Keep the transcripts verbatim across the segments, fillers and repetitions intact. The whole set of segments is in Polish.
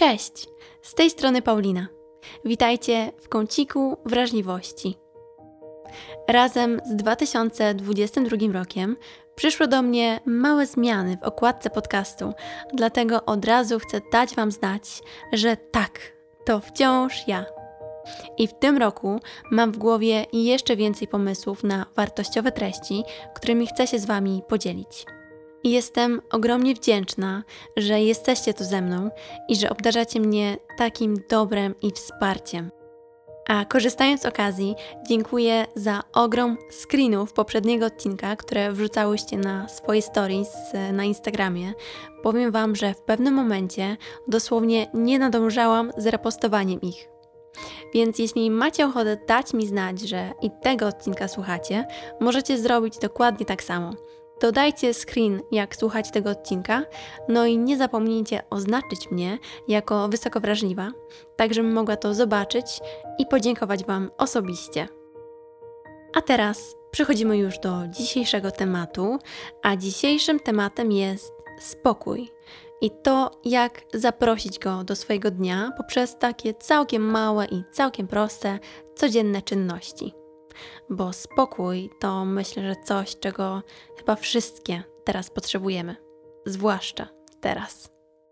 Cześć! Z tej strony Paulina. Witajcie w kąciku wrażliwości. Razem z dwa tysiące dwudziestym drugim rokiem przyszły do mnie małe zmiany w okładce podcastu, dlatego od razu chcę dać Wam znać, że tak, to wciąż ja. I w tym roku mam w głowie jeszcze więcej pomysłów na wartościowe treści, którymi chcę się z Wami podzielić. I jestem ogromnie wdzięczna, że jesteście tu ze mną i że obdarzacie mnie takim dobrem i wsparciem. A korzystając z okazji, dziękuję za ogrom screenów poprzedniego odcinka, które wrzucałyście na swoje stories na Instagramie. Powiem Wam, że w pewnym momencie dosłownie nie nadążałam z repostowaniem ich. Więc jeśli macie ochotę dać mi znać, że i tego odcinka słuchacie, możecie zrobić dokładnie tak samo. Dodajcie screen, jak słuchacie tego odcinka, no i nie zapomnijcie oznaczyć mnie jako wysoko wrażliwa, tak żebym mogła to zobaczyć i podziękować Wam osobiście. A teraz przechodzimy już do dzisiejszego tematu, a dzisiejszym tematem jest spokój i to, jak zaprosić go do swojego dnia poprzez takie całkiem małe i całkiem proste, codzienne czynności. Bo spokój to myślę, że coś, czego chyba wszystkie teraz potrzebujemy. Zwłaszcza teraz.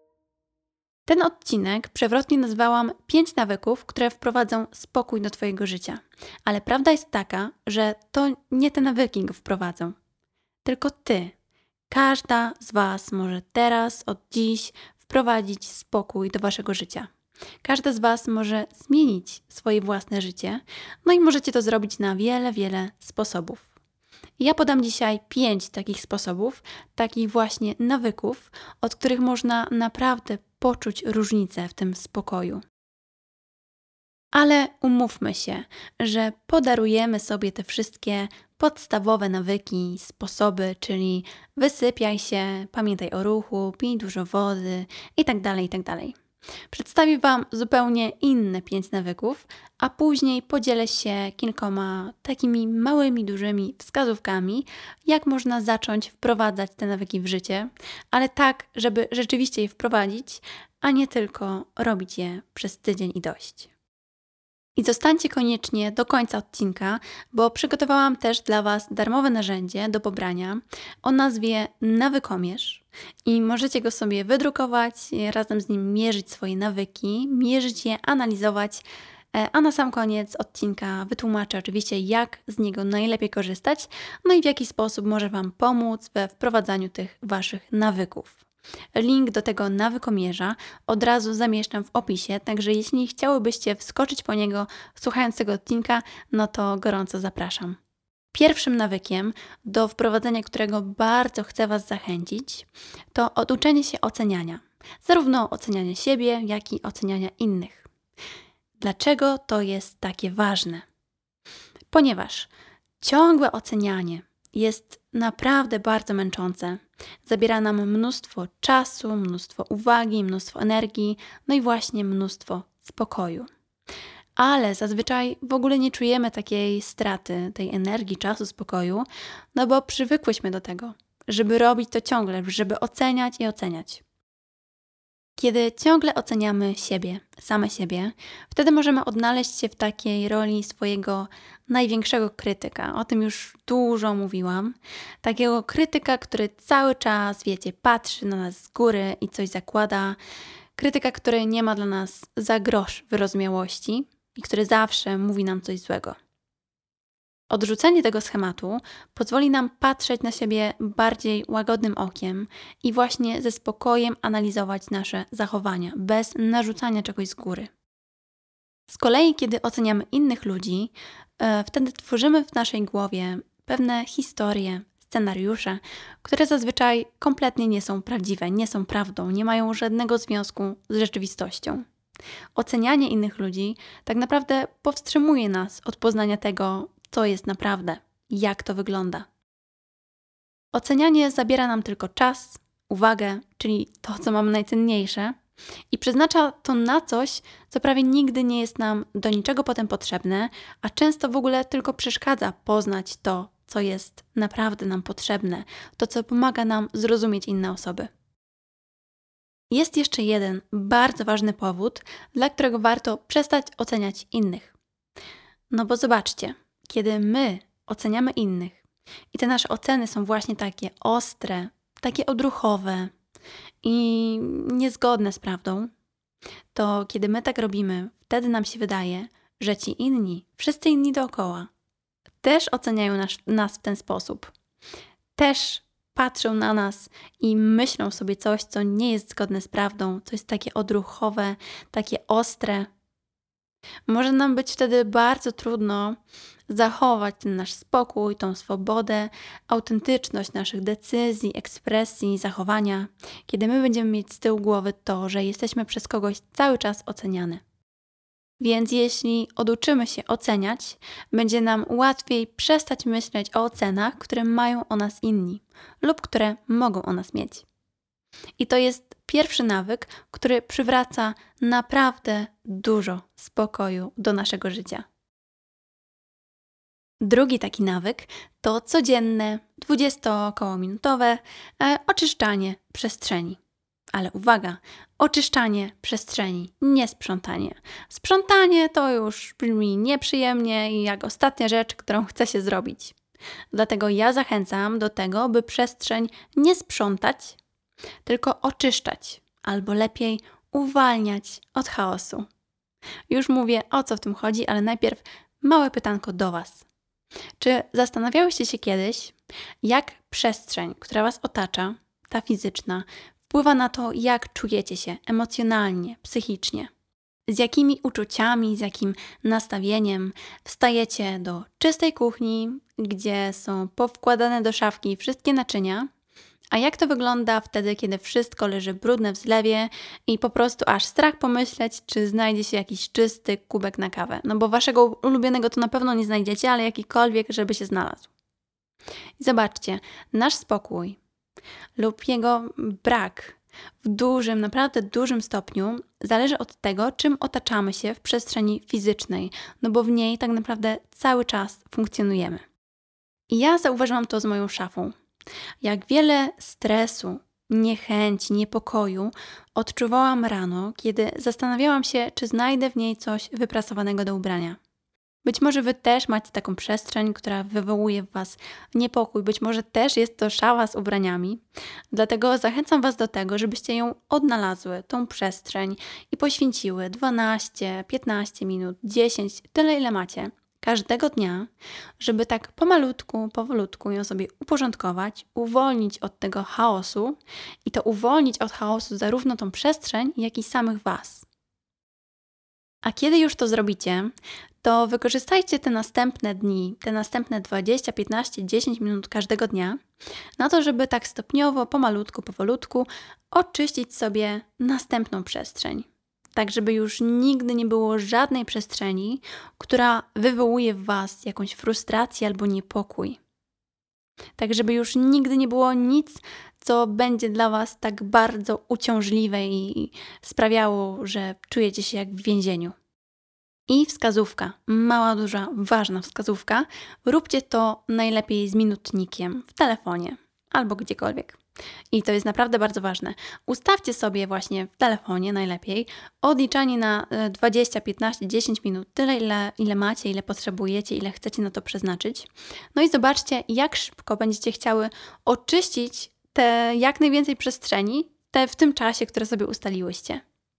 Ten odcinek przewrotnie nazwałam pięć nawyków, które wprowadzą spokój do Twojego życia. Ale prawda jest taka, że to nie te nawyki go wprowadzą. Tylko Ty. Każda z Was może teraz, od dziś wprowadzić spokój do Waszego życia. Każda z Was może zmienić swoje własne życie, no i możecie to zrobić na wiele, wiele sposobów. Ja podam dzisiaj pięć takich sposobów, takich właśnie nawyków, od których można naprawdę poczuć różnicę w tym spokoju. Ale umówmy się, że podarujemy sobie te wszystkie podstawowe nawyki, sposoby, czyli wysypiaj się, pamiętaj o ruchu, pij dużo wody itd., itd. Przedstawię Wam zupełnie inne pięć nawyków, a później podzielę się kilkoma takimi małymi, dużymi wskazówkami, jak można zacząć wprowadzać te nawyki w życie, ale tak, żeby rzeczywiście je wprowadzić, a nie tylko robić je przez tydzień i dość. I zostańcie koniecznie do końca odcinka, bo przygotowałam też dla Was darmowe narzędzie do pobrania o nazwie Nawykomierz i możecie go sobie wydrukować, razem z nim mierzyć swoje nawyki, mierzyć je, analizować, a na sam koniec odcinka wytłumaczę oczywiście, jak z niego najlepiej korzystać, no i w jaki sposób może Wam pomóc we wprowadzaniu tych Waszych nawyków. Link do tego nawykomierza od razu zamieszczam w opisie, także jeśli chciałybyście wskoczyć po niego słuchając tego odcinka, no to gorąco zapraszam. Pierwszym nawykiem, do wprowadzenia którego bardzo chcę Was zachęcić, to oduczenie się oceniania. Zarówno oceniania siebie, jak i oceniania innych. Dlaczego to jest takie ważne? Ponieważ ciągłe ocenianie jest naprawdę bardzo męczące. Zabiera nam mnóstwo czasu, mnóstwo uwagi, mnóstwo energii, no i właśnie mnóstwo spokoju. Ale zazwyczaj w ogóle nie czujemy takiej straty, tej energii, czasu, spokoju, no bo przywykłyśmy do tego, żeby robić to ciągle, żeby oceniać i oceniać. Kiedy ciągle oceniamy siebie, same siebie, wtedy możemy odnaleźć się w takiej roli swojego największego krytyka. O tym już dużo mówiłam. Takiego krytyka, który cały czas, wiecie, patrzy na nas z góry i coś zakłada. Krytyka, który nie ma dla nas za grosz wyrozumiałości i który zawsze mówi nam coś złego. Odrzucenie tego schematu pozwoli nam patrzeć na siebie bardziej łagodnym okiem i właśnie ze spokojem analizować nasze zachowania, bez narzucania czegoś z góry. Z kolei, kiedy oceniamy innych ludzi, e, wtedy tworzymy w naszej głowie pewne historie, scenariusze, które zazwyczaj kompletnie nie są prawdziwe, nie są prawdą, nie mają żadnego związku z rzeczywistością. Ocenianie innych ludzi tak naprawdę powstrzymuje nas od poznania tego, co jest naprawdę, jak to wygląda. Ocenianie zabiera nam tylko czas, uwagę, czyli to, co mamy najcenniejsze i przeznacza to na coś, co prawie nigdy nie jest nam do niczego potem potrzebne, a często w ogóle tylko przeszkadza poznać to, co jest naprawdę nam potrzebne, to, co pomaga nam zrozumieć inne osoby. Jest jeszcze jeden bardzo ważny powód, dla którego warto przestać oceniać innych. No bo zobaczcie, kiedy my oceniamy innych i te nasze oceny są właśnie takie ostre, takie odruchowe i niezgodne z prawdą, to kiedy my tak robimy, wtedy nam się wydaje, że ci inni, wszyscy inni dookoła, też oceniają nas, nas w ten sposób. Też patrzą na nas i myślą sobie coś, co nie jest zgodne z prawdą, co jest takie odruchowe, takie ostre. Może nam być wtedy bardzo trudno zachować ten nasz spokój, tą swobodę, autentyczność naszych decyzji, ekspresji, zachowania, kiedy my będziemy mieć z tyłu głowy to, że jesteśmy przez kogoś cały czas oceniane. Więc jeśli oduczymy się oceniać, będzie nam łatwiej przestać myśleć o ocenach, które mają o nas inni lub które mogą o nas mieć. I to jest pierwszy nawyk, który przywraca naprawdę dużo spokoju do naszego życia. Drugi taki nawyk to codzienne, dwudziestookołominutowe e, oczyszczanie przestrzeni. Ale uwaga, oczyszczanie przestrzeni, nie sprzątanie. Sprzątanie to już brzmi nieprzyjemnie i jak ostatnia rzecz, którą chce się zrobić. Dlatego ja zachęcam do tego, by przestrzeń nie sprzątać, tylko oczyszczać, albo lepiej uwalniać od chaosu. Już mówię, o co w tym chodzi, ale najpierw małe pytanko do Was. Czy zastanawiałyście się kiedyś, jak przestrzeń, która Was otacza, ta fizyczna, wpływa na to, jak czujecie się emocjonalnie, psychicznie? Z jakimi uczuciami, z jakim nastawieniem wstajecie do czystej kuchni, gdzie są powkładane do szafki wszystkie naczynia, a jak to wygląda wtedy, kiedy wszystko leży brudne w zlewie i po prostu aż strach pomyśleć, czy znajdzie się jakiś czysty kubek na kawę. No bo waszego ulubionego to na pewno nie znajdziecie, ale jakikolwiek, żeby się znalazł. I zobaczcie, nasz spokój lub jego brak w dużym, naprawdę dużym stopniu zależy od tego, czym otaczamy się w przestrzeni fizycznej, no bo w niej tak naprawdę cały czas funkcjonujemy. I ja zauważyłam to z moją szafą. Jak wiele stresu, niechęci, niepokoju odczuwałam rano, kiedy zastanawiałam się, czy znajdę w niej coś wyprasowanego do ubrania. Być może Wy też macie taką przestrzeń, która wywołuje w Was niepokój. Być może też jest to szafa z ubraniami. Dlatego zachęcam Was do tego, żebyście ją odnalazły, tą przestrzeń i poświęciły dwanaście, piętnaście minut, dziesięć, tyle ile macie, każdego dnia, żeby tak pomalutku, powolutku ją sobie uporządkować, uwolnić od tego chaosu i to uwolnić od chaosu zarówno tą przestrzeń, jak i samych Was. A kiedy już to zrobicie, to wykorzystajcie te następne dni, te następne dwadzieścia, piętnaście, dziesięć minut każdego dnia na to, żeby tak stopniowo, pomalutku, powolutku oczyścić sobie następną przestrzeń. Tak, żeby już nigdy nie było żadnej przestrzeni, która wywołuje w Was jakąś frustrację albo niepokój. Tak, żeby już nigdy nie było nic, co będzie dla Was tak bardzo uciążliwe i sprawiało, że czujecie się jak w więzieniu. I wskazówka, mała, duża, ważna wskazówka, róbcie to najlepiej z minutnikiem w telefonie albo gdziekolwiek. I to jest naprawdę bardzo ważne. Ustawcie sobie właśnie w telefonie najlepiej odliczanie na dwadzieścia, piętnaście, dziesięć minut, tyle ile, ile macie, ile potrzebujecie, ile chcecie na to przeznaczyć. No i zobaczcie, jak szybko będziecie chciały oczyścić te jak najwięcej przestrzeni te w tym czasie, które sobie ustaliłyście.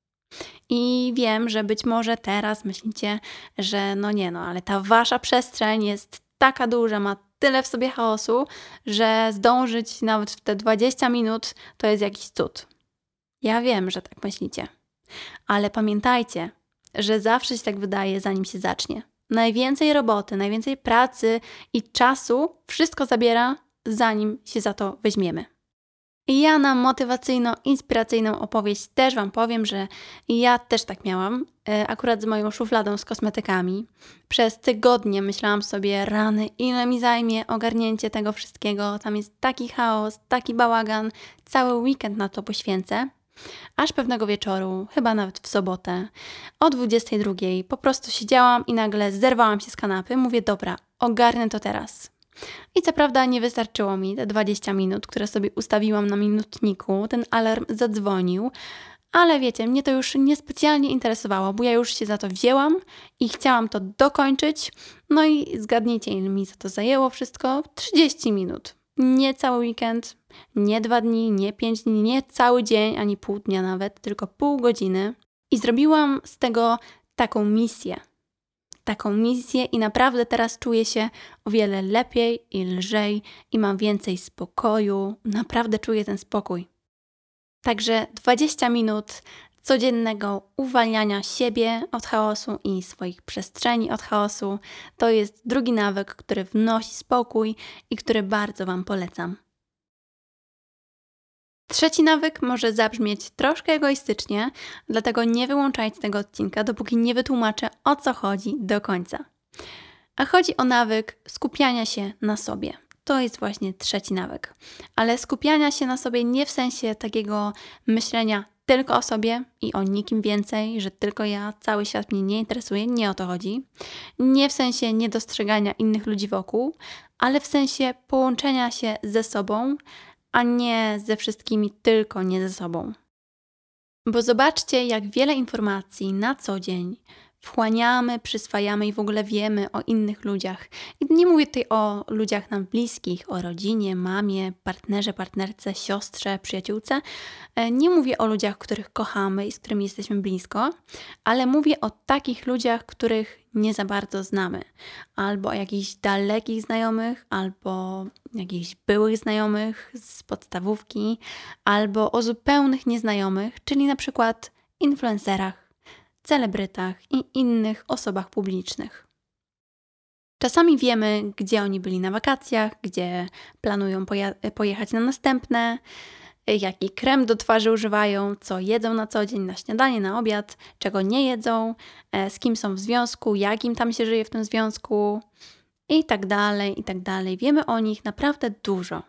I wiem, że być może teraz myślicie, że no nie no, ale ta wasza przestrzeń jest taka duża, ma tyle w sobie chaosu, że zdążyć nawet w te dwadzieścia minut to jest jakiś cud. Ja wiem, że tak myślicie. Ale pamiętajcie, że zawsze się tak wydaje, zanim się zacznie. Najwięcej roboty, najwięcej pracy i czasu wszystko zabiera, zanim się za to weźmiemy. I ja na motywacyjno-inspiracyjną opowieść też Wam powiem, że ja też tak miałam, akurat z moją szufladą z kosmetykami. Przez tygodnie myślałam sobie, rany, ile mi zajmie ogarnięcie tego wszystkiego, tam jest taki chaos, taki bałagan, cały weekend na to poświęcę. Aż pewnego wieczoru, chyba nawet w sobotę, o dwudziestej drugiej po prostu siedziałam i nagle zerwałam się z kanapy, mówię, dobra, ogarnę to teraz. I co prawda nie wystarczyło mi te dwadzieścia minut, które sobie ustawiłam na minutniku, ten alarm zadzwonił, ale wiecie, mnie to już niespecjalnie interesowało, bo ja już się za to wzięłam i chciałam to dokończyć. No i zgadnijcie, ile mi za to zajęło wszystko? trzydzieści minut. Nie cały weekend, nie dwa dni, nie pięć dni, nie cały dzień, ani pół dnia nawet, tylko pół godziny. I zrobiłam z tego taką misję. Taką misję i naprawdę teraz czuję się o wiele lepiej i lżej i mam więcej spokoju. Naprawdę czuję ten spokój. Także dwadzieścia minut codziennego uwalniania siebie od chaosu i swoich przestrzeni od chaosu to jest drugi nawyk, który wnosi spokój i który bardzo Wam polecam. Trzeci nawyk może zabrzmieć troszkę egoistycznie, dlatego nie wyłączajcie tego odcinka, dopóki nie wytłumaczę, o co chodzi do końca. A chodzi o nawyk skupiania się na sobie. To jest właśnie trzeci nawyk. Ale skupiania się na sobie nie w sensie takiego myślenia tylko o sobie i o nikim więcej, że tylko ja, cały świat mnie nie interesuje, nie o to chodzi. Nie w sensie niedostrzegania innych ludzi wokół, ale w sensie połączenia się ze sobą, a nie ze wszystkimi, tylko nie ze sobą. Bo zobaczcie, jak wiele informacji na co dzień wchłaniamy, przyswajamy i w ogóle wiemy o innych ludziach. I nie mówię tutaj o ludziach nam bliskich, o rodzinie, mamie, partnerze, partnerce, siostrze, przyjaciółce. Nie mówię o ludziach, których kochamy i z którymi jesteśmy blisko, ale mówię o takich ludziach, których nie za bardzo znamy. Albo o jakichś dalekich znajomych, albo jakichś byłych znajomych z podstawówki, albo o zupełnych nieznajomych, czyli na przykład influencerach, celebrytach i innych osobach publicznych. Czasami wiemy, gdzie oni byli na wakacjach, gdzie planują poja- pojechać na następne, jaki krem do twarzy używają, co jedzą na co dzień, na śniadanie, na obiad, czego nie jedzą, z kim są w związku, jak im tam się żyje w tym związku i tak dalej, i tak dalej. Wiemy o nich naprawdę dużo.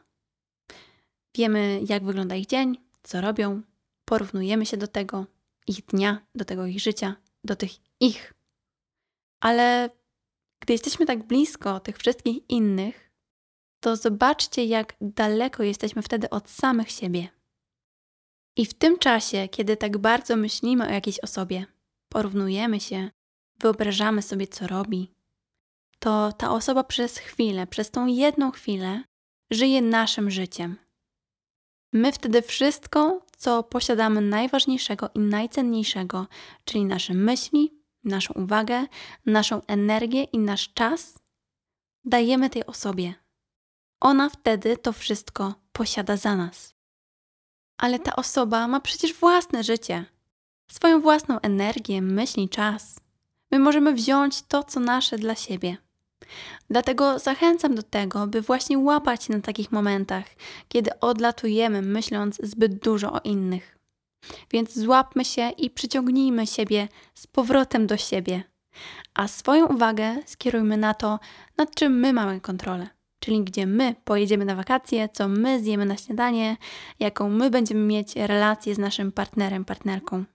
Wiemy, jak wygląda ich dzień, co robią, porównujemy się do tego, ich dnia, do tego ich życia, do tych ich. Ale gdy jesteśmy tak blisko tych wszystkich innych, to zobaczcie, jak daleko jesteśmy wtedy od samych siebie. I w tym czasie, kiedy tak bardzo myślimy o jakiejś osobie, porównujemy się, wyobrażamy sobie, co robi, to ta osoba przez chwilę, przez tą jedną chwilę żyje naszym życiem. My wtedy wszystko, co posiadamy najważniejszego i najcenniejszego, czyli nasze myśli, naszą uwagę, naszą energię i nasz czas, dajemy tej osobie. Ona wtedy to wszystko posiada za nas. Ale ta osoba ma przecież własne życie, swoją własną energię, myśli, czas. My możemy wziąć to, co nasze dla siebie. Dlatego zachęcam do tego, by właśnie łapać się na takich momentach, kiedy odlatujemy, myśląc zbyt dużo o innych. Więc złapmy się i przyciągnijmy siebie z powrotem do siebie. A swoją uwagę skierujmy na to, nad czym my mamy kontrolę. Czyli gdzie my pojedziemy na wakacje, co my zjemy na śniadanie, jaką my będziemy mieć relację z naszym partnerem, partnerką.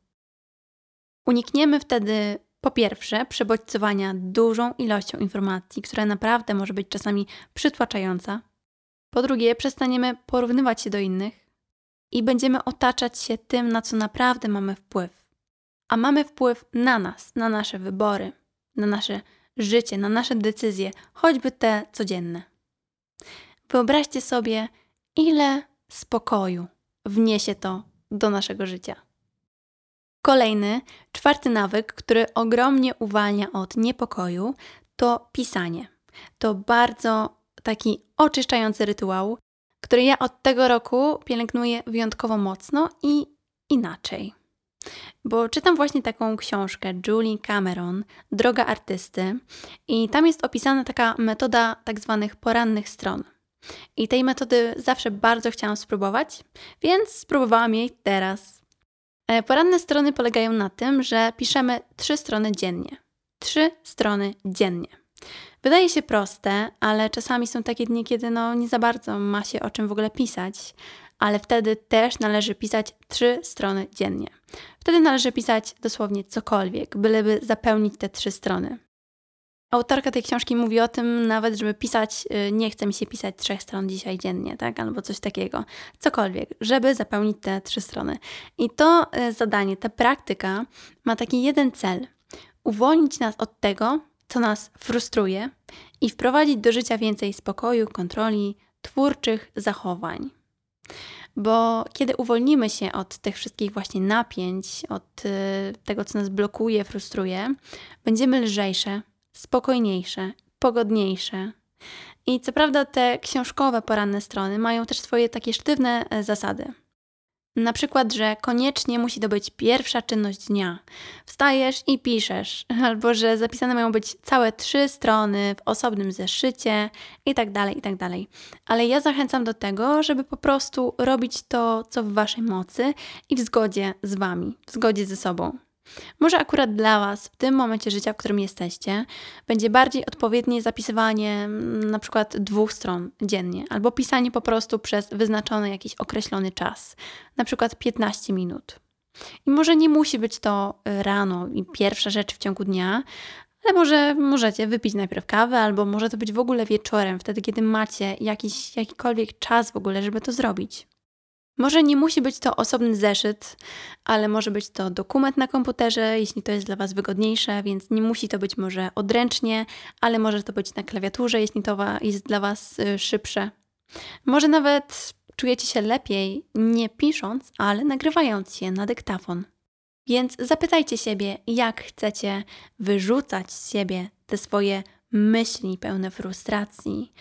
Unikniemy wtedy po pierwsze przebodźcowania dużą ilością informacji, która naprawdę może być czasami przytłaczająca. Po drugie przestaniemy porównywać się do innych i będziemy otaczać się tym, na co naprawdę mamy wpływ. A mamy wpływ na nas, na nasze wybory, na nasze życie, na nasze decyzje, choćby te codzienne. Wyobraźcie sobie, ile spokoju wniesie to do naszego życia. Kolejny, czwarty nawyk, który ogromnie uwalnia od niepokoju, to pisanie. To bardzo taki oczyszczający rytuał, który ja od tego roku pielęgnuję wyjątkowo mocno i inaczej. Bo czytam właśnie taką książkę Julie Cameron, Droga artysty, i tam jest opisana taka metoda tak zwanych porannych stron. I tej metody zawsze bardzo chciałam spróbować, więc spróbowałam jej teraz. Poranne strony polegają na tym, że piszemy trzy strony dziennie. Trzy strony dziennie. Wydaje się proste, ale czasami są takie dni, kiedy no nie za bardzo ma się o czym w ogóle pisać, ale wtedy też należy pisać trzy strony dziennie. Wtedy należy pisać dosłownie cokolwiek, byleby zapełnić te trzy strony. Autorka tej książki mówi o tym nawet, żeby pisać, y, nie chce mi się pisać trzech stron dzisiaj dziennie, tak? Albo coś takiego. Cokolwiek, żeby zapełnić te trzy strony. I to y, zadanie, ta praktyka ma taki jeden cel. Uwolnić nas od tego, co nas frustruje i wprowadzić do życia więcej spokoju, kontroli, twórczych zachowań. Bo kiedy uwolnimy się od tych wszystkich właśnie napięć, od y, tego, co nas blokuje, frustruje, będziemy lżejsze, spokojniejsze, pogodniejsze. I co prawda te książkowe poranne strony mają też swoje takie sztywne e, zasady. Na przykład, że koniecznie musi to być pierwsza czynność dnia. Wstajesz i piszesz, albo że zapisane mają być całe trzy strony w osobnym zeszycie i tak dalej, i tak dalej. Ale ja zachęcam do tego, żeby po prostu robić to, co w waszej mocy i w zgodzie z wami, w zgodzie ze sobą. Może akurat dla was w tym momencie życia, w którym jesteście, będzie bardziej odpowiednie zapisywanie mm, na przykład dwóch stron dziennie, albo pisanie po prostu przez wyznaczony jakiś określony czas, na przykład piętnaście minut. I może nie musi być to y, rano i pierwsza rzecz w ciągu dnia, ale może możecie wypić najpierw kawę, albo może to być w ogóle wieczorem, wtedy kiedy macie jakiś, jakikolwiek czas w ogóle, żeby to zrobić. Może nie musi być to osobny zeszyt, ale może być to dokument na komputerze, jeśli to jest dla was wygodniejsze, więc nie musi to być może odręcznie, ale może to być na klawiaturze, jeśli to wa- jest dla was y, szybsze. Może nawet czujecie się lepiej nie pisząc, ale nagrywając się na dyktafon. Więc zapytajcie siebie, jak chcecie wyrzucać z siebie te swoje myśli pełne frustracji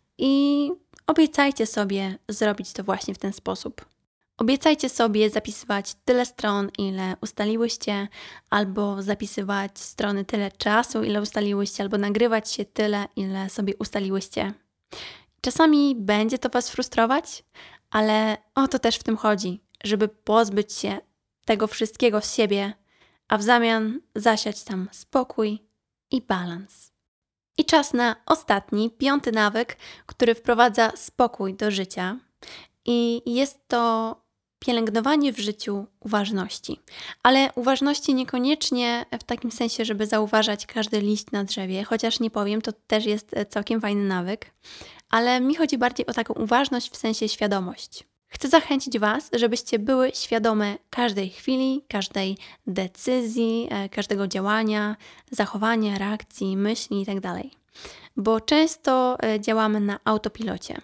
i obiecajcie sobie zrobić to właśnie w ten sposób. Obiecajcie sobie zapisywać tyle stron, ile ustaliłyście, albo zapisywać strony tyle czasu, ile ustaliłyście, albo nagrywać się tyle, ile sobie ustaliłyście. Czasami będzie to was frustrować, ale o to też w tym chodzi, żeby pozbyć się tego wszystkiego z siebie, a w zamian zasiać tam spokój i balans. I czas na ostatni, piąty nawyk, który wprowadza spokój do życia. I jest to pielęgnowanie w życiu uważności. Ale uważności niekoniecznie w takim sensie, żeby zauważać każdy liść na drzewie, chociaż nie powiem, to też jest całkiem fajny nawyk. Ale mi chodzi bardziej o taką uważność w sensie świadomość. Chcę zachęcić was, żebyście były świadome każdej chwili, każdej decyzji, e, każdego działania, zachowania, reakcji, myśli itd. Bo często e, działamy na autopilocie.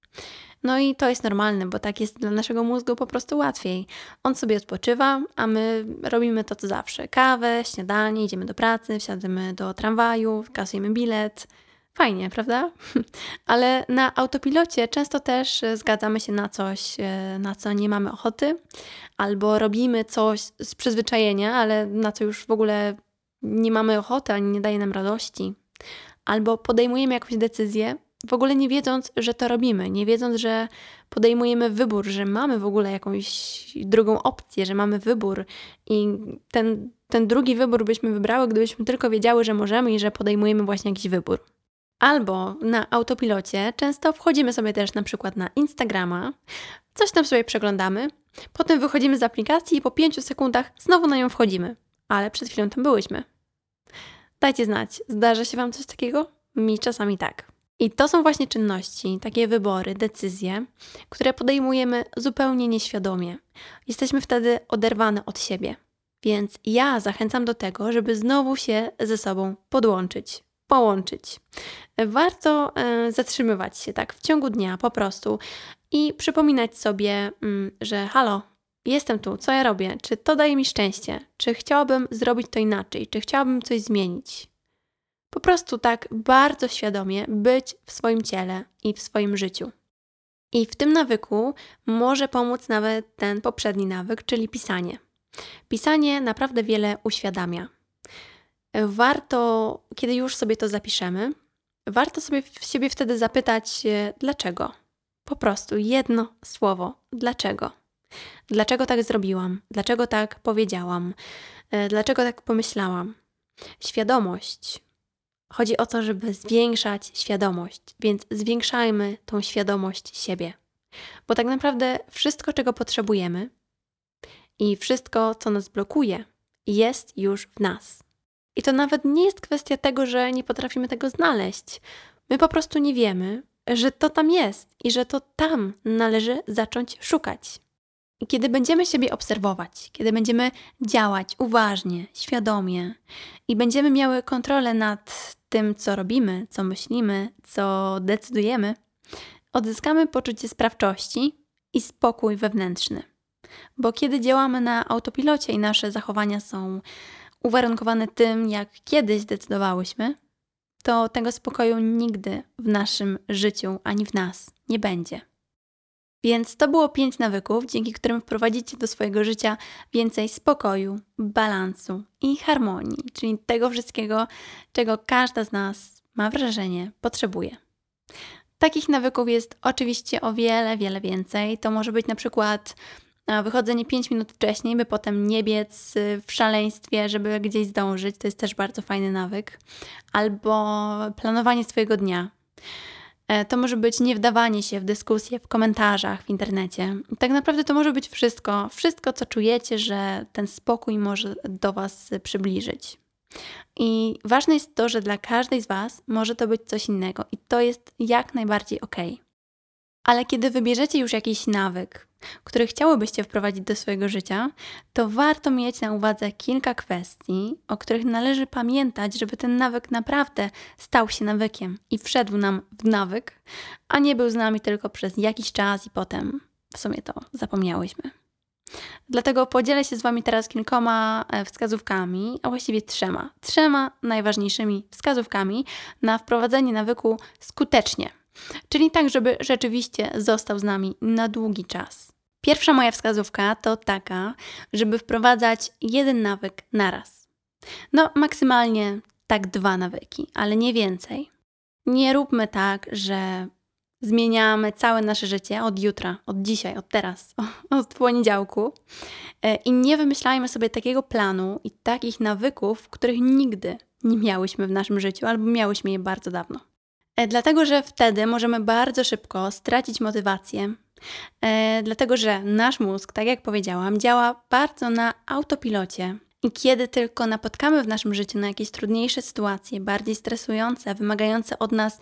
No i to jest normalne, bo tak jest dla naszego mózgu po prostu łatwiej. On sobie odpoczywa, a my robimy to co zawsze. Kawę, śniadanie, idziemy do pracy, wsiadamy do tramwaju, kasujemy bilet. Fajnie, prawda? Ale na autopilocie często też e, zgadzamy się na coś, e, na co nie mamy ochoty, albo robimy coś z przyzwyczajenia, ale na co już w ogóle nie mamy ochoty, ani nie daje nam radości. Albo podejmujemy jakąś decyzję, w ogóle nie wiedząc, że to robimy, nie wiedząc, że podejmujemy wybór, że mamy w ogóle jakąś drugą opcję, że mamy wybór i ten, ten drugi wybór byśmy wybrały, gdybyśmy tylko wiedziały, że możemy i że podejmujemy właśnie jakiś wybór. Albo na autopilocie często wchodzimy sobie też na przykład na Instagrama, coś tam sobie przeglądamy, potem wychodzimy z aplikacji i po pięciu sekundach znowu na nią wchodzimy, ale przed chwilą tam byłyśmy. Dajcie znać, zdarza się wam coś takiego? Mi czasami tak. I to są właśnie czynności, takie wybory, decyzje, które podejmujemy zupełnie nieświadomie. Jesteśmy wtedy oderwane od siebie. Więc ja zachęcam do tego, żeby znowu się ze sobą podłączyć, połączyć. Warto e, zatrzymywać się tak w ciągu dnia po prostu i przypominać sobie, mm, że halo, jestem tu, co ja robię? Czy to daje mi szczęście? Czy chciałabym zrobić to inaczej? Czy chciałabym coś zmienić? Po prostu tak bardzo świadomie być w swoim ciele i w swoim życiu. I w tym nawyku może pomóc nawet ten poprzedni nawyk, czyli pisanie. Pisanie naprawdę wiele uświadamia. Warto, kiedy już sobie to zapiszemy, warto sobie w siebie wtedy zapytać, e, dlaczego. Po prostu jedno słowo. Dlaczego? Dlaczego tak zrobiłam? Dlaczego tak powiedziałam? E, Dlaczego tak pomyślałam? Świadomość. Chodzi o to, żeby zwiększać świadomość, więc zwiększajmy tą świadomość siebie. Bo tak naprawdę wszystko, czego potrzebujemy i wszystko, co nas blokuje, jest już w nas. I to nawet nie jest kwestia tego, że nie potrafimy tego znaleźć. My po prostu nie wiemy, że to tam jest i że to tam należy zacząć szukać. I kiedy będziemy siebie obserwować, kiedy będziemy działać uważnie, świadomie i będziemy miały kontrolę nad tym, co robimy, co myślimy, co decydujemy, odzyskamy poczucie sprawczości i spokój wewnętrzny. Bo kiedy działamy na autopilocie i nasze zachowania są uwarunkowane tym, jak kiedyś decydowałyśmy, to tego spokoju nigdy w naszym życiu ani w nas nie będzie. Więc to było pięć nawyków, dzięki którym wprowadzicie do swojego życia więcej spokoju, balansu i harmonii, czyli tego wszystkiego, czego każda z nas, ma wrażenie, potrzebuje. Takich nawyków jest oczywiście o wiele, wiele więcej. To może być na przykład wychodzenie pięć minut wcześniej, by potem nie biec w szaleństwie, żeby gdzieś zdążyć. To jest też bardzo fajny nawyk. Albo planowanie swojego dnia. To może być nie wdawanie się w dyskusje, w komentarzach w internecie. Tak naprawdę to może być wszystko, wszystko co czujecie, że ten spokój może do Was przybliżyć. I ważne jest to, że dla każdej z Was może to być coś innego i to jest jak najbardziej okej. Ale kiedy wybierzecie już jakiś nawyk, który chciałybyście wprowadzić do swojego życia, to warto mieć na uwadze kilka kwestii, o których należy pamiętać, żeby ten nawyk naprawdę stał się nawykiem i wszedł nam w nawyk, a nie był z nami tylko przez jakiś czas i potem w sumie to zapomniałyśmy. Dlatego podzielę się z Wami teraz kilkoma wskazówkami, a właściwie trzema. Trzema najważniejszymi wskazówkami na wprowadzenie nawyku skutecznie. Czyli tak, żeby rzeczywiście został z nami na długi czas. Pierwsza moja wskazówka to taka, żeby wprowadzać jeden nawyk naraz. No maksymalnie tak dwa nawyki, ale nie więcej. Nie róbmy tak, że zmieniamy całe nasze życie od jutra, od dzisiaj, od teraz, od poniedziałku i nie wymyślajmy sobie takiego planu i takich nawyków, których nigdy nie miałyśmy w naszym życiu albo miałyśmy je bardzo dawno. Dlatego, że wtedy możemy bardzo szybko stracić motywację, e, dlatego, że nasz mózg, tak jak powiedziałam, działa bardzo na autopilocie i kiedy tylko napotkamy w naszym życiu na jakieś trudniejsze sytuacje, bardziej stresujące, wymagające od nas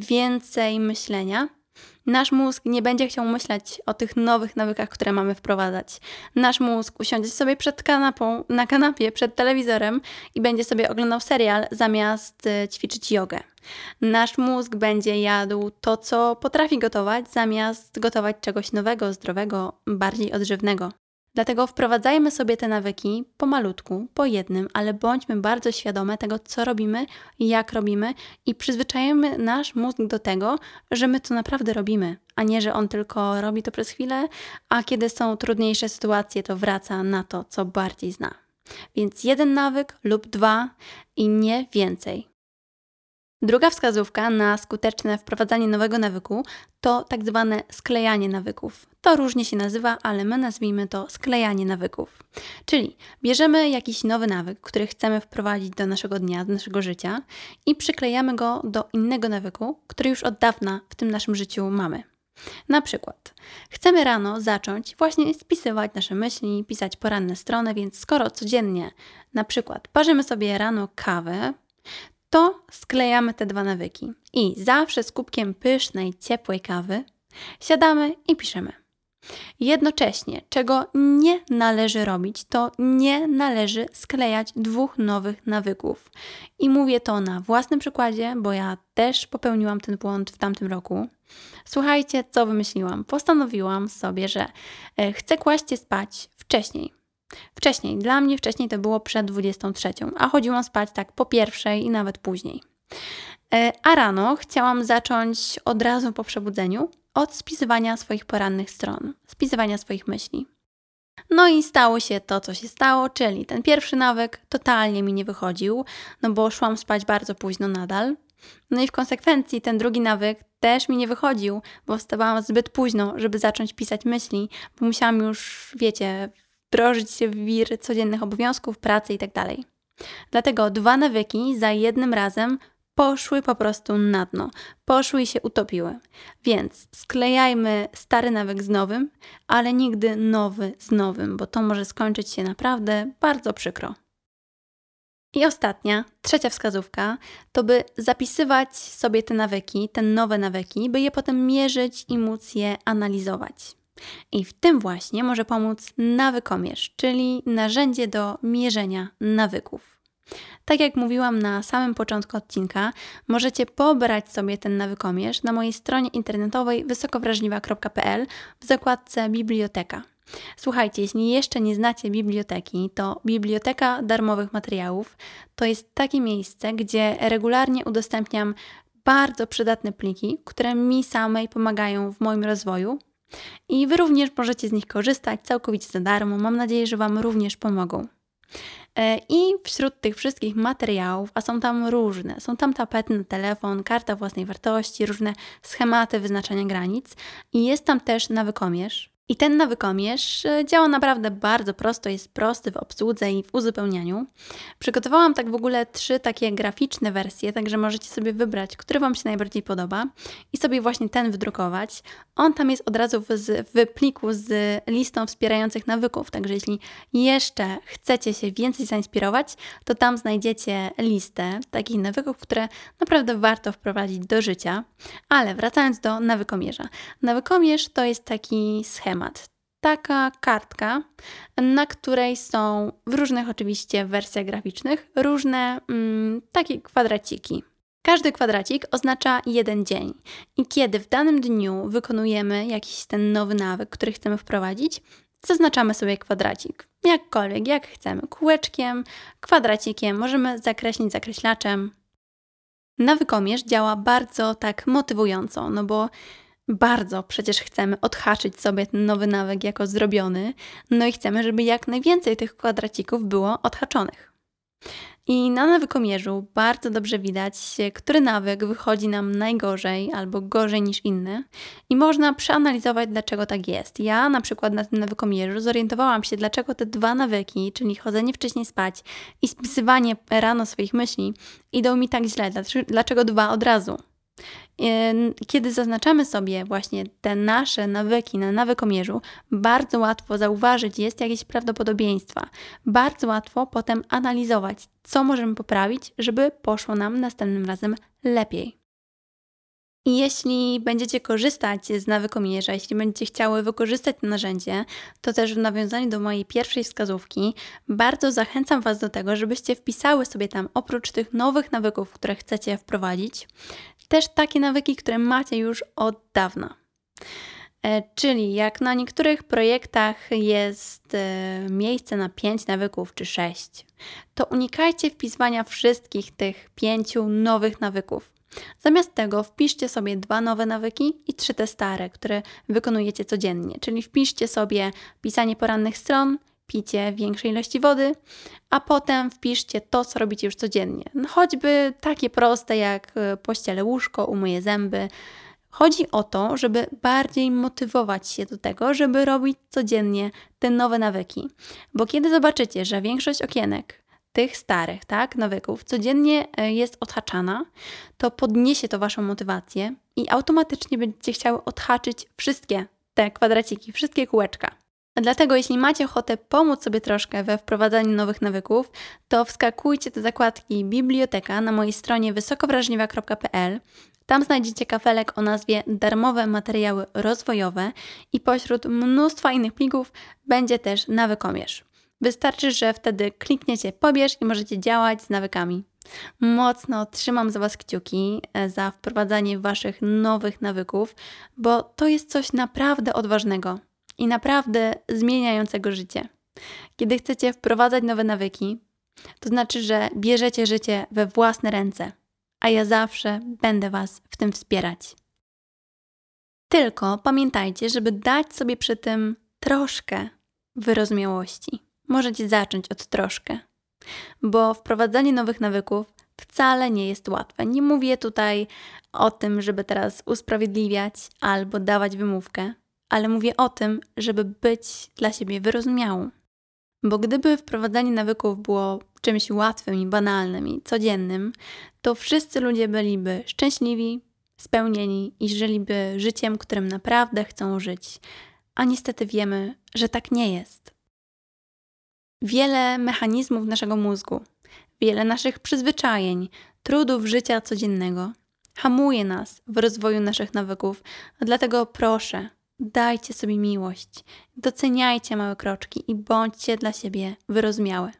więcej myślenia, nasz mózg nie będzie chciał myśleć o tych nowych nawykach, które mamy wprowadzać. Nasz mózg usiądzie sobie przed kanapą, na kanapie, przed telewizorem i będzie sobie oglądał serial zamiast y, ćwiczyć jogę. Nasz mózg będzie jadł to, co potrafi gotować, zamiast gotować czegoś nowego, zdrowego, bardziej odżywnego. Dlatego wprowadzajmy sobie te nawyki pomalutku, po jednym, ale bądźmy bardzo świadome tego, co robimy, jak robimy i przyzwyczajmy nasz mózg do tego, że my to naprawdę robimy, a nie, że on tylko robi to przez chwilę, a kiedy są trudniejsze sytuacje, to wraca na to, co bardziej zna. Więc jeden nawyk lub dwa i nie więcej. Druga wskazówka na skuteczne wprowadzanie nowego nawyku to tak zwane sklejanie nawyków. To różnie się nazywa, ale my nazwijmy to sklejanie nawyków. Czyli bierzemy jakiś nowy nawyk, który chcemy wprowadzić do naszego dnia, do naszego życia i przyklejamy go do innego nawyku, który już od dawna w tym naszym życiu mamy. Na przykład chcemy rano zacząć właśnie spisywać nasze myśli, pisać poranne strony, więc skoro codziennie na przykład parzymy sobie rano kawę, to sklejamy te dwa nawyki i zawsze z kubkiem pysznej, ciepłej kawy siadamy i piszemy. Jednocześnie, czego nie należy robić, to nie należy sklejać dwóch nowych nawyków. I mówię to na własnym przykładzie, bo ja też popełniłam ten błąd w tamtym roku. Słuchajcie, co wymyśliłam. Postanowiłam sobie, że chcę kłaść się spać wcześniej. Wcześniej, dla mnie wcześniej to było przed dwudziestą trzecią, a chodziłam spać tak po pierwszej i nawet później. A rano chciałam zacząć od razu po przebudzeniu od spisywania swoich porannych stron, spisywania swoich myśli. No i stało się to, co się stało, czyli ten pierwszy nawyk totalnie mi nie wychodził, no bo szłam spać bardzo późno nadal. No i w konsekwencji ten drugi nawyk też mi nie wychodził, bo wstawałam zbyt późno, żeby zacząć pisać myśli, bo musiałam już, wiecie, wdrożyć się w wir codziennych obowiązków, pracy i tak dalej. Dlatego dwa nawyki za jednym razem poszły po prostu na dno, poszły i się utopiły. Więc sklejajmy stary nawyk z nowym, ale nigdy nowy z nowym, bo to może skończyć się naprawdę bardzo przykro. I ostatnia, trzecia wskazówka, to by zapisywać sobie te nawyki, te nowe nawyki, by je potem mierzyć i móc je analizować. I w tym właśnie może pomóc nawykomierz, czyli narzędzie do mierzenia nawyków. Tak jak mówiłam na samym początku odcinka, możecie pobrać sobie ten nawykomierz na mojej stronie internetowej wysokowrażliwa kropka p l w zakładce Biblioteka. Słuchajcie, jeśli jeszcze nie znacie biblioteki, to Biblioteka Darmowych Materiałów to jest takie miejsce, gdzie regularnie udostępniam bardzo przydatne pliki, które mi samej pomagają w moim rozwoju i Wy również możecie z nich korzystać całkowicie za darmo. Mam nadzieję, że Wam również pomogą. I wśród tych wszystkich materiałów, a są tam różne, są tam tapety na telefon, karta własnej wartości, różne schematy wyznaczania granic i jest tam też nawykomierz. I ten nawykomierz działa naprawdę bardzo prosto, jest prosty w obsłudze i w uzupełnianiu. Przygotowałam tak w ogóle trzy takie graficzne wersje, także możecie sobie wybrać, który Wam się najbardziej podoba i sobie właśnie ten wydrukować. On tam jest od razu w, w pliku z listą wspierających nawyków, także jeśli jeszcze chcecie się więcej zainspirować, to tam znajdziecie listę takich nawyków, które naprawdę warto wprowadzić do życia. Ale wracając do nawykomierza. Nawykomierz to jest taki schemat. Taka kartka, na której są w różnych oczywiście wersjach graficznych różne mm, takie kwadraciki. Każdy kwadracik oznacza jeden dzień i kiedy w danym dniu wykonujemy jakiś ten nowy nawyk, który chcemy wprowadzić, zaznaczamy sobie kwadracik. Jakkolwiek, jak chcemy. Kółeczkiem, kwadracikiem, możemy zakreślić zakreślaczem. Nawykomierz działa bardzo tak motywująco, no bo bardzo przecież chcemy odhaczyć sobie ten nowy nawyk jako zrobiony, no i chcemy, żeby jak najwięcej tych kwadracików było odhaczonych. I na nawykomierzu bardzo dobrze widać, który nawyk wychodzi nam najgorzej albo gorzej niż inny i można przeanalizować, dlaczego tak jest. Ja na przykład na tym nawykomierzu zorientowałam się, dlaczego te dwa nawyki, czyli chodzenie wcześniej spać i spisywanie rano swoich myśli, idą mi tak źle. Dlaczego dwa od razu? Kiedy zaznaczamy sobie właśnie te nasze nawyki na nawykomierzu, bardzo łatwo zauważyć jest jakieś prawdopodobieństwa. Bardzo łatwo potem analizować, co możemy poprawić, żeby poszło nam następnym razem lepiej. I jeśli będziecie korzystać z nawykomierza, jeśli będziecie chciały wykorzystać to narzędzie, to też w nawiązaniu do mojej pierwszej wskazówki bardzo zachęcam Was do tego, żebyście wpisały sobie tam oprócz tych nowych nawyków, które chcecie wprowadzić, też takie nawyki, które macie już od dawna. E, czyli jak na niektórych projektach jest e, miejsce na pięć nawyków czy sześć, to unikajcie wpisywania wszystkich tych pięciu nowych nawyków. Zamiast tego wpiszcie sobie dwa nowe nawyki i trzy te stare, które wykonujecie codziennie. Czyli wpiszcie sobie pisanie porannych stron, picie większej ilości wody, a potem wpiszcie to, co robicie już codziennie. No, choćby takie proste jak pościelę łóżko, umyję zęby. Chodzi o to, żeby bardziej motywować się do tego, żeby robić codziennie te nowe nawyki. Bo kiedy zobaczycie, że większość okienek tych starych, tak, nawyków codziennie jest odhaczana, to podniesie to Waszą motywację i automatycznie będziecie chciały odhaczyć wszystkie te kwadraciki, wszystkie kółeczka. Dlatego jeśli macie ochotę pomóc sobie troszkę we wprowadzaniu nowych nawyków, to wskakujcie do zakładki Biblioteka na mojej stronie wysokowrażliwa kropka p l. Tam znajdziecie kafelek o nazwie Darmowe materiały rozwojowe i pośród mnóstwa innych plików będzie też nawykomierz. Wystarczy, że wtedy klikniecie pobierz i możecie działać z nawykami. Mocno trzymam za Was kciuki za wprowadzanie Waszych nowych nawyków, bo to jest coś naprawdę odważnego i naprawdę zmieniającego życie. Kiedy chcecie wprowadzać nowe nawyki, to znaczy, że bierzecie życie we własne ręce, a ja zawsze będę Was w tym wspierać. Tylko pamiętajcie, żeby dać sobie przy tym troszkę wyrozumiałości. Możecie zacząć od troszkę, bo wprowadzanie nowych nawyków wcale nie jest łatwe. Nie mówię tutaj o tym, żeby teraz usprawiedliwiać albo dawać wymówkę, ale mówię o tym, żeby być dla siebie wyrozumiałą. Bo gdyby wprowadzanie nawyków było czymś łatwym i banalnym i codziennym, to wszyscy ludzie byliby szczęśliwi, spełnieni i żyliby życiem, którym naprawdę chcą żyć. A niestety wiemy, że tak nie jest. Wiele mechanizmów naszego mózgu, wiele naszych przyzwyczajeń, trudów życia codziennego hamuje nas w rozwoju naszych nawyków, dlatego proszę, dajcie sobie miłość, doceniajcie małe kroczki i bądźcie dla siebie wyrozumiałe.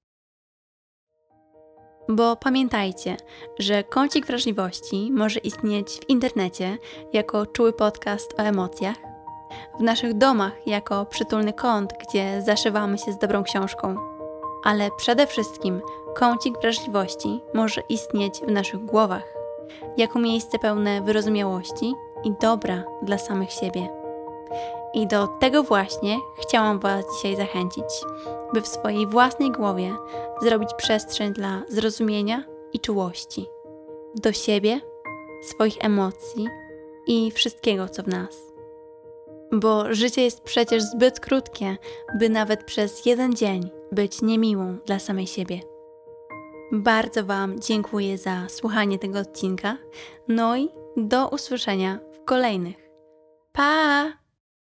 Bo pamiętajcie, że Kącik Wrażliwości może istnieć w internecie jako czuły podcast o emocjach, w naszych domach jako przytulny kąt, gdzie zaszywamy się z dobrą książką. Ale przede wszystkim Kącik Wrażliwości może istnieć w naszych głowach, jako miejsce pełne wyrozumiałości i dobra dla samych siebie. I do tego właśnie chciałam Was dzisiaj zachęcić, by w swojej własnej głowie zrobić przestrzeń dla zrozumienia i czułości. Do siebie, swoich emocji i wszystkiego, co w nas. Bo życie jest przecież zbyt krótkie, by nawet przez jeden dzień być niemiłą dla samej siebie. Bardzo Wam dziękuję za słuchanie tego odcinka, no i do usłyszenia w kolejnych. Pa!